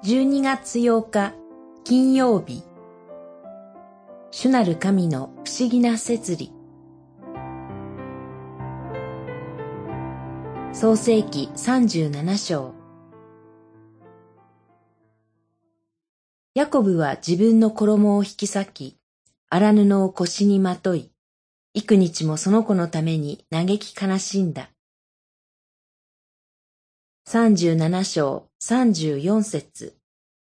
12月8日金曜日、主なる神の不思議な摂理。創世記37章。ヤコブは自分の衣を引き裂き、荒布を腰にまとい、幾日もその子のために嘆き悲しんだ。37章34節。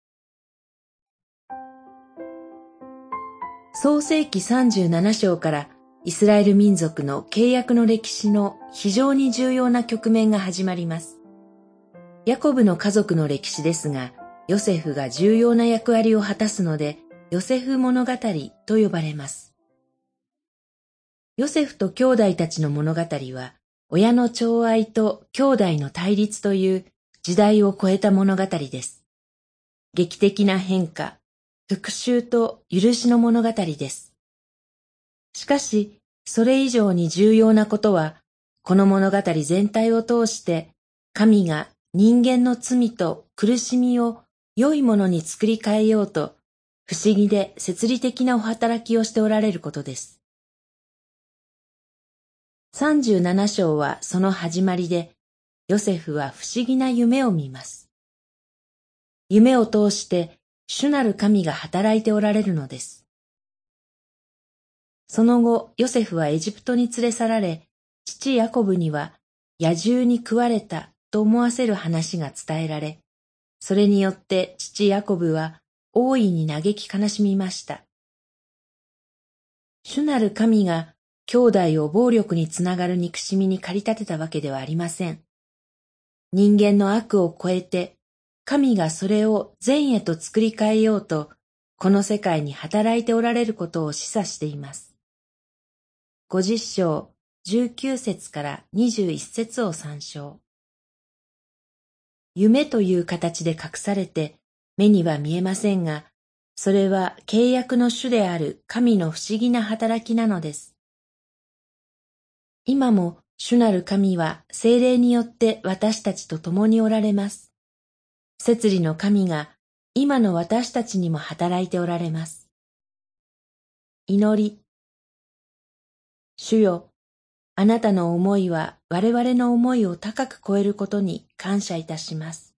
創世記37章からイスラエル民族の契約の歴史の非常に重要な局面が始まります。ヤコブの家族の歴史ですが、ヨセフが重要な役割を果たすので、ヨセフ物語と呼ばれます。ヨセフと兄弟たちの物語は、親の寵愛と兄弟の対立という時代を超えた物語です。劇的な変化、復讐と許しの物語です。しかし、それ以上に重要なことは、この物語全体を通して、神が人間の罪と苦しみを良いものに作り変えようと、不思議で摂理的なお働きをしておられることです。37章はその始まりで、ヨセフは不思議な夢を見ます。夢を通して、主なる神が働いておられるのです。その後、ヨセフはエジプトに連れ去られ、父ヤコブには野獣に食われたと思わせる話が伝えられ、それによって父ヤコブは大いに嘆き悲しみました。主なる神が兄弟を暴力につながる憎しみに駆り立てたわけではありません。人間の悪を超えて、神がそれを善へと作り変えようと、この世界に働いておられることを示唆しています。50章19節から21節を参照。夢という形で隠されて目には見えませんが、それは契約の主である神の不思議な働きなのです。今も主なる神は聖霊によって私たちと共におられます。摂理の神が今の私たちにも働いておられます。祈り。主よ、あなたの思いは我々の思いを高く超えることに感謝いたします。